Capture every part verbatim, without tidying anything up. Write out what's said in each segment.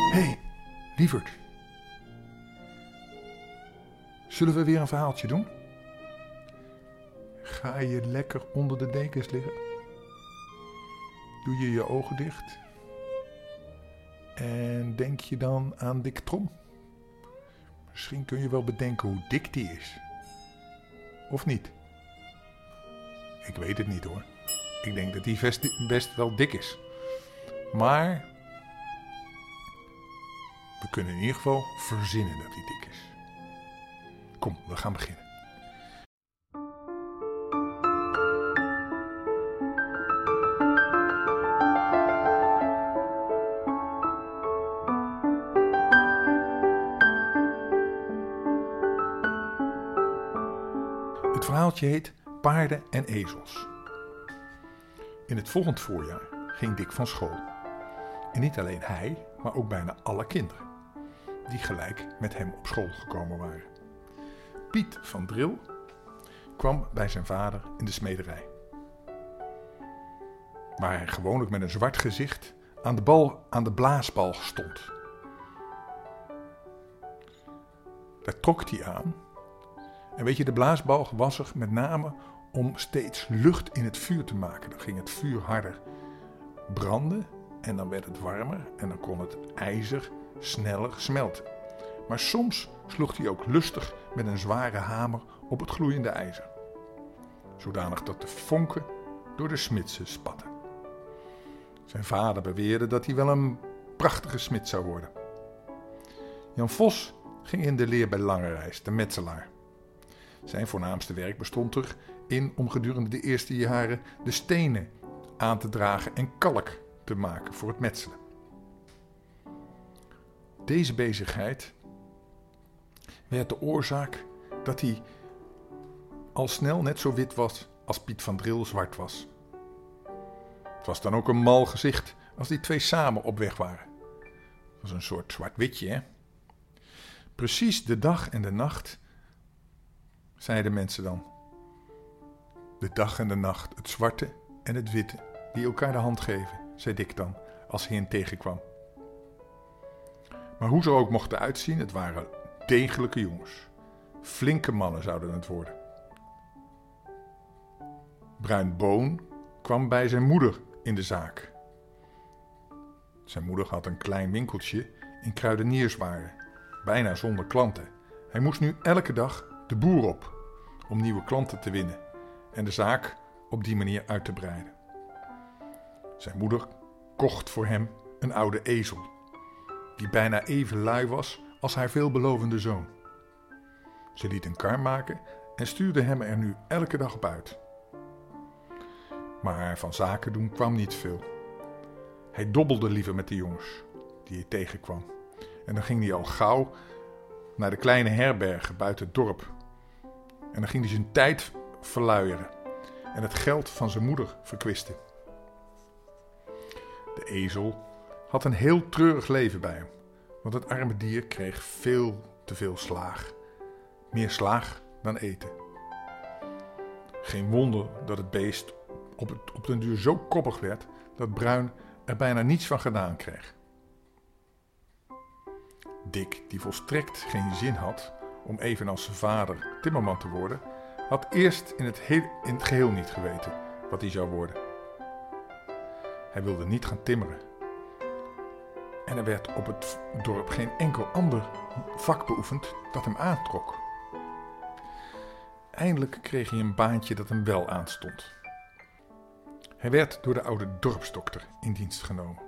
Hé, hey, lieverd. Zullen we weer een verhaaltje doen? Ga je lekker onder de dekens liggen? Doe je je ogen dicht? En denk je dan aan Dick Trom? Misschien kun je wel bedenken hoe dik die is. Of niet? Ik weet het niet hoor. Ik denk dat die best, best wel dik is. Maar we kunnen in ieder geval verzinnen dat hij dik is. Kom, we gaan beginnen. Het verhaaltje heet Paarden en ezels. In het volgend voorjaar ging Dick van school. En niet alleen hij, maar ook bijna alle kinderen, die gelijk met hem op school gekomen waren. Piet van Dril kwam bij zijn vader in de smederij, waar hij gewoonlijk met een zwart gezicht aan de, bal, aan de blaasbalg stond. Daar trok hij aan. En weet je, de blaasbalg was er met name om steeds lucht in het vuur te maken. Dan ging het vuur harder branden en dan werd het warmer en dan kon het ijzer sneller smelten. Maar soms sloeg hij ook lustig met een zware hamer op het gloeiende ijzer, zodanig dat de vonken door de smidse spatten. Zijn vader beweerde dat hij wel een prachtige smid zou worden. Jan Vos ging in de leer bij Langerijs, de metselaar. Zijn voornaamste werk bestond erin om gedurende de eerste jaren de stenen aan te dragen en kalk te maken voor het metselen. Deze bezigheid werd de oorzaak dat hij al snel net zo wit was als Piet van Dril zwart was. Het was dan ook een mal gezicht als die twee samen op weg waren. Het was een soort zwart-witje, hè? Precies de dag en de nacht, zeiden mensen dan. De dag en de nacht, het zwarte en het witte, die elkaar de hand geven, zei Dick dan, als hij hen tegenkwam. Maar hoe ze er ook mochten uitzien, het waren degelijke jongens. Flinke mannen zouden het worden. Bruin Boon kwam bij zijn moeder in de zaak. Zijn moeder had een klein winkeltje in kruidenierswaren, bijna zonder klanten. Hij moest nu elke dag de boer op om nieuwe klanten te winnen en de zaak op die manier uit te breiden. Zijn moeder kocht voor hem een oude ezel, die bijna even lui was als haar veelbelovende zoon. Ze liet een kar maken en stuurde hem er nu elke dag op uit. Maar van zaken doen kwam niet veel. Hij dobbelde liever met de jongens die hij tegenkwam. En dan ging hij al gauw naar de kleine herbergen buiten het dorp. En dan ging hij zijn tijd verluieren en het geld van zijn moeder verkwisten. De ezel had een heel treurig leven bij hem, want het arme dier kreeg veel te veel slaag. Meer slaag dan eten. Geen wonder dat het beest op, het, op den duur zo koppig werd dat Bruin er bijna niets van gedaan kreeg. Dick, die volstrekt geen zin had om evenals zijn vader timmerman te worden, had eerst in het, heel, in het geheel niet geweten wat hij zou worden. Hij wilde niet gaan timmeren. En er werd op het dorp geen enkel ander vak beoefend dat hem aantrok. Eindelijk kreeg hij een baantje dat hem wel aanstond. Hij werd door de oude dorpsdokter in dienst genomen.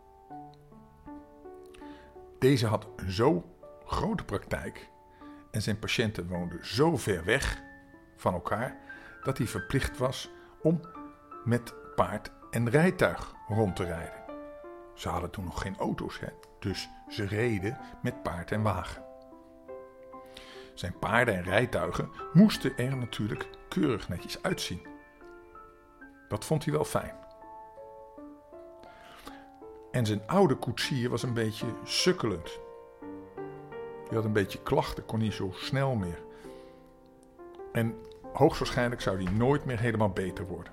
Deze had een zo grote praktijk en zijn patiënten woonden zo ver weg van elkaar dat hij verplicht was om met paard en rijtuig rond te rijden. Ze hadden toen nog geen auto's, hè? Dus ze reden met paard en wagen. Zijn paarden en rijtuigen moesten er natuurlijk keurig netjes uitzien. Dat vond hij wel fijn. En zijn oude koetsier was een beetje sukkelend. Die had een beetje klachten, kon niet zo snel meer. En hoogstwaarschijnlijk zou hij nooit meer helemaal beter worden.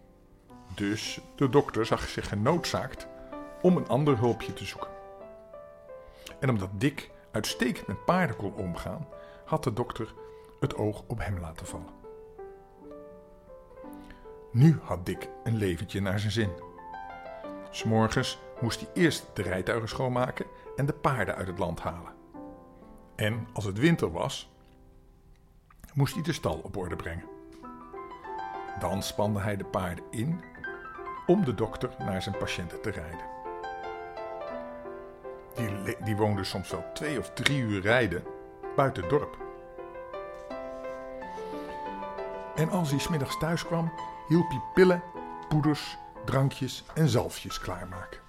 Dus de dokter zag zich genoodzaakt om een ander hulpje te zoeken. En omdat Dick uitstekend met paarden kon omgaan, had de dokter het oog op hem laten vallen. Nu had Dick een leventje naar zijn zin. 'S Morgens moest hij eerst de rijtuigen schoonmaken en de paarden uit het land halen. En als het winter was, moest hij de stal op orde brengen. Dan spande hij de paarden in om de dokter naar zijn patiënten te rijden. Die, die woonde soms wel twee of drie uur rijden buiten het dorp. En als hij 's middags thuis kwam, hielp hij pillen, poeders, drankjes en zalfjes klaarmaken.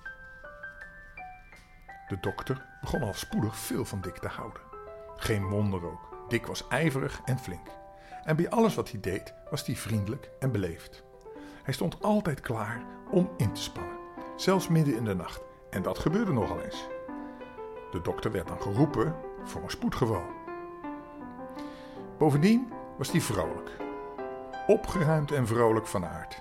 De dokter begon al spoedig veel van Dick te houden. Geen wonder ook. Dick was ijverig en flink. En bij alles wat hij deed, was hij vriendelijk en beleefd. Hij stond altijd klaar om in te spannen, zelfs midden in de nacht. En dat gebeurde nogal eens. De dokter werd dan geroepen voor een spoedgeval. Bovendien was hij vrolijk. Opgeruimd en vrolijk van aard.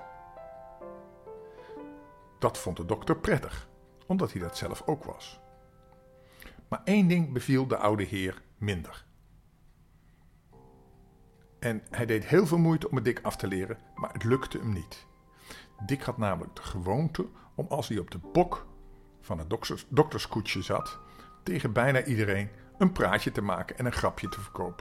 Dat vond de dokter prettig, omdat hij dat zelf ook was. Maar één ding beviel de oude heer minder. En hij deed heel veel moeite om het Dick af te leren, maar het lukte hem niet. Dick had namelijk de gewoonte om als hij op de bok van het dokters, dokterskoetsje zat, tegen bijna iedereen een praatje te maken en een grapje te verkopen.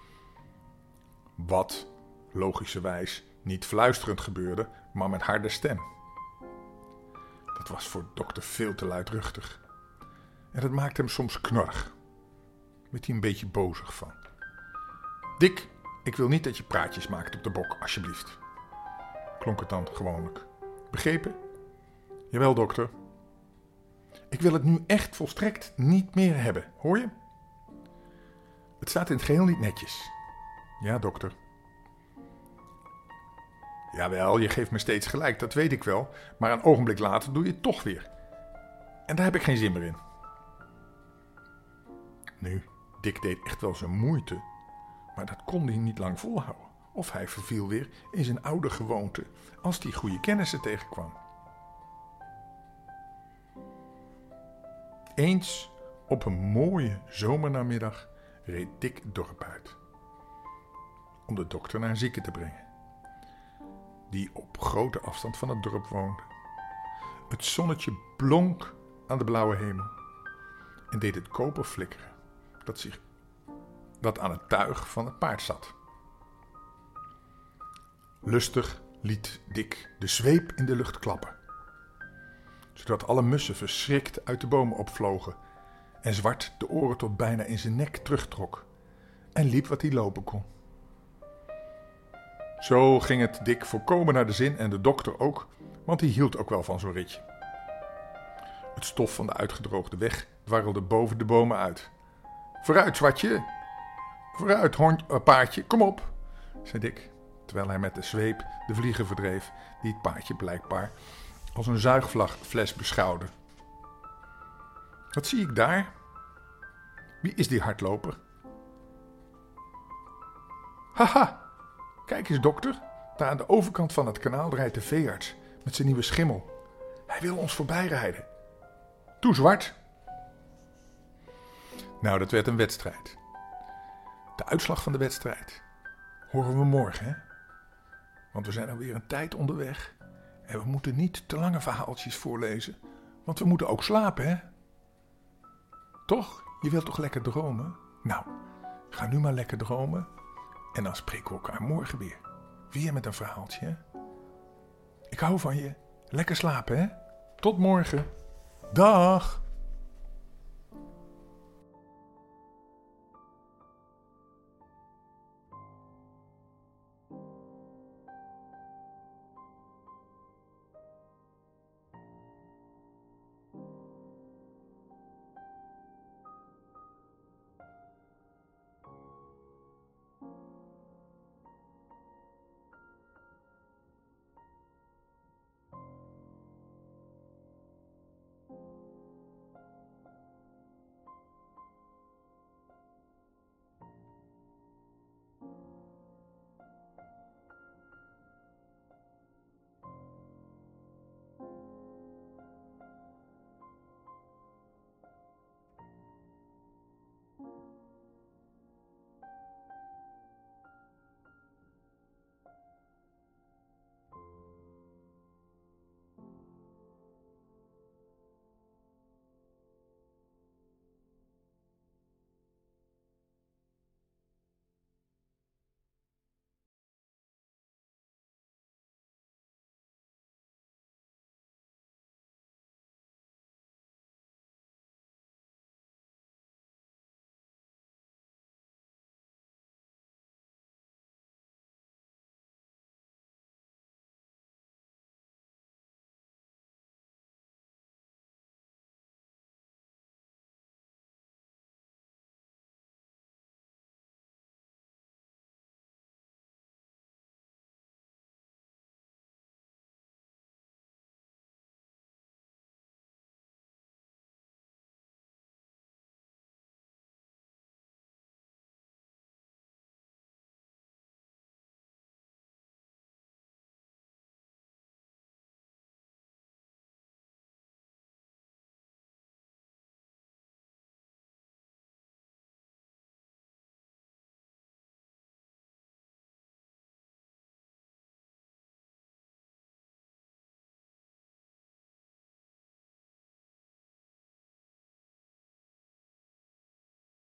Wat, logischerwijs, niet fluisterend gebeurde, maar met harde stem. Dat was voor de dokter veel te luidruchtig. En dat maakte hem soms knorrig. Werd hij een beetje bozig van. Dick, ik wil niet dat je praatjes maakt op de bok, alsjeblieft. Klonk het dan gewoonlijk. Begrepen? Jawel, dokter. Ik wil het nu echt volstrekt niet meer hebben, hoor je? Het staat in het geheel niet netjes. Ja, dokter. Jawel, je geeft me steeds gelijk, dat weet ik wel. Maar een ogenblik later doe je het toch weer. En daar heb ik geen zin meer in. Nu, Dick deed echt wel zijn moeite. Maar dat kon hij niet lang volhouden. Of hij verviel weer in zijn oude gewoonte als hij goede kennissen tegenkwam. Eens op een mooie zomernamiddag reed Dick het dorp uit. Om de dokter naar een zieke te brengen. Die op grote afstand van het dorp woonde. Het zonnetje blonk aan de blauwe hemel. En deed het koper flikkeren. Dat, zich, dat aan het tuig van het paard zat. Lustig liet Dick de zweep in de lucht klappen. Zodat alle mussen verschrikt uit de bomen opvlogen. En Zwart de oren tot bijna in zijn nek terugtrok. En liep wat hij lopen kon. Zo ging het Dick volkomen naar de zin en de dokter ook, want die hield ook wel van zo'n ritje. Het stof van de uitgedroogde weg dwarrelde boven de bomen uit. Vooruit, Zwartje! Vooruit, hond, uh, paardje, kom op! Zei Dick, terwijl hij met de zweep de vliegen verdreef die het paardje blijkbaar als een zuigfles beschouwde. Wat zie ik daar? Wie is die hardloper? Haha! Kijk eens, dokter. Daar aan de overkant van het kanaal rijdt de veearts met zijn nieuwe schimmel. Hij wil ons voorbij rijden. Toe, Zwart! Nou, dat werd een wedstrijd. De uitslag van de wedstrijd horen we morgen, hè? Want we zijn alweer een tijd onderweg. En we moeten niet te lange verhaaltjes voorlezen. Want we moeten ook slapen, hè? Toch? Je wilt toch lekker dromen? Nou, ga nu maar lekker dromen. En dan spreken we elkaar morgen weer. Weer met een verhaaltje, hè? Ik hou van je. Lekker slapen, hè? Tot morgen. Dag!